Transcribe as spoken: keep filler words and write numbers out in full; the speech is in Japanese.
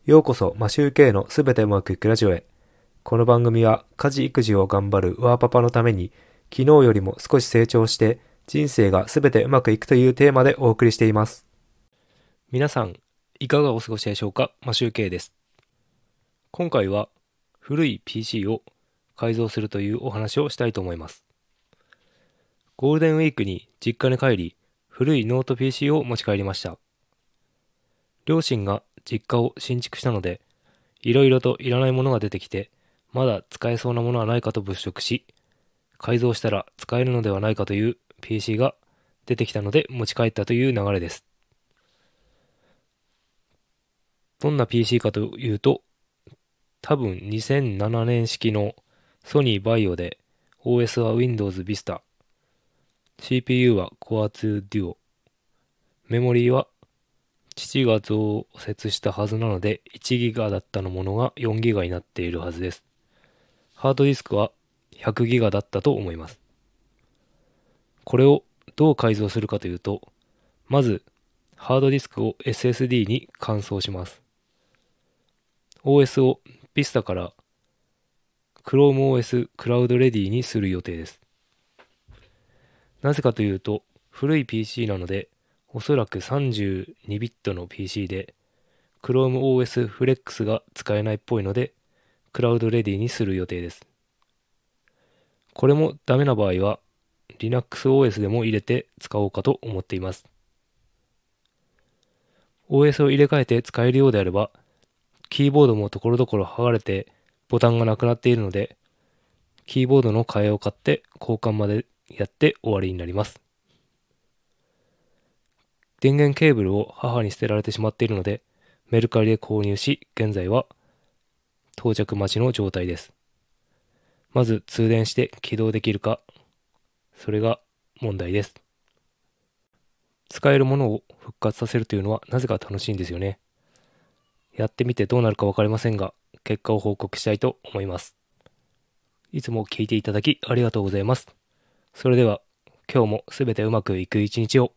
ようこそマシューケイのすべてうまくいくラジオへ。この番組は家事育児を頑張るワーパパのために、昨日よりも少し成長して人生がすべてうまくいくというテーマでお送りしています。皆さんいかがお過ごしでしょうか。マシューケイです。今回は古い ピーシー を改造するというお話をしたいと思います。ゴールデンウィークに実家に帰り、古いノート ピーシー を持ち帰りました。両親が実家を新築したので、いろいろといらないものが出てきて、まだ使えそうなものはないかと物色し、改造したら使えるのではないかという ピーシー が出てきたので持ち帰ったという流れです。どんな ピーシー かというと、多分にせんななねん式のソニーバイオで、オーエス は Windows Vista、シーピーユー は Core ツー Duo、メモリーは父が増設したはずなので いちギガ だったのものが よんギガ になっているはずです。ハードディスクは ひゃくギガ だったと思います。これをどう改造するかというと、まずハードディスクを エスエスディー に換装します。オーエス を Vista から ChromeOS Cloud Ready にする予定です。なぜかというと、古い ピーシー なので、おそらくさんじゅうにビットの ピーシー で ChromeOS Flex が使えないっぽいので、クラウドレディにする予定です。これもダメな場合は LinuxOS でも入れて使おうかと思っています。オーエス を入れ替えて使えるようであれば、キーボードもところどころ剥がれてボタンがなくなっているので、キーボードの替えを買って交換までやって終わりになります。電源ケーブルを母に捨てられてしまっているので、メルカリで購入し、現在は到着待ちの状態です。まず通電して起動できるか、それが問題です。使えるものを復活させるというのはなぜか楽しいんですよね。やってみてどうなるか分かりませんが、結果を報告したいと思います。いつも聞いていただきありがとうございます。それでは今日もすべてうまくいく一日を。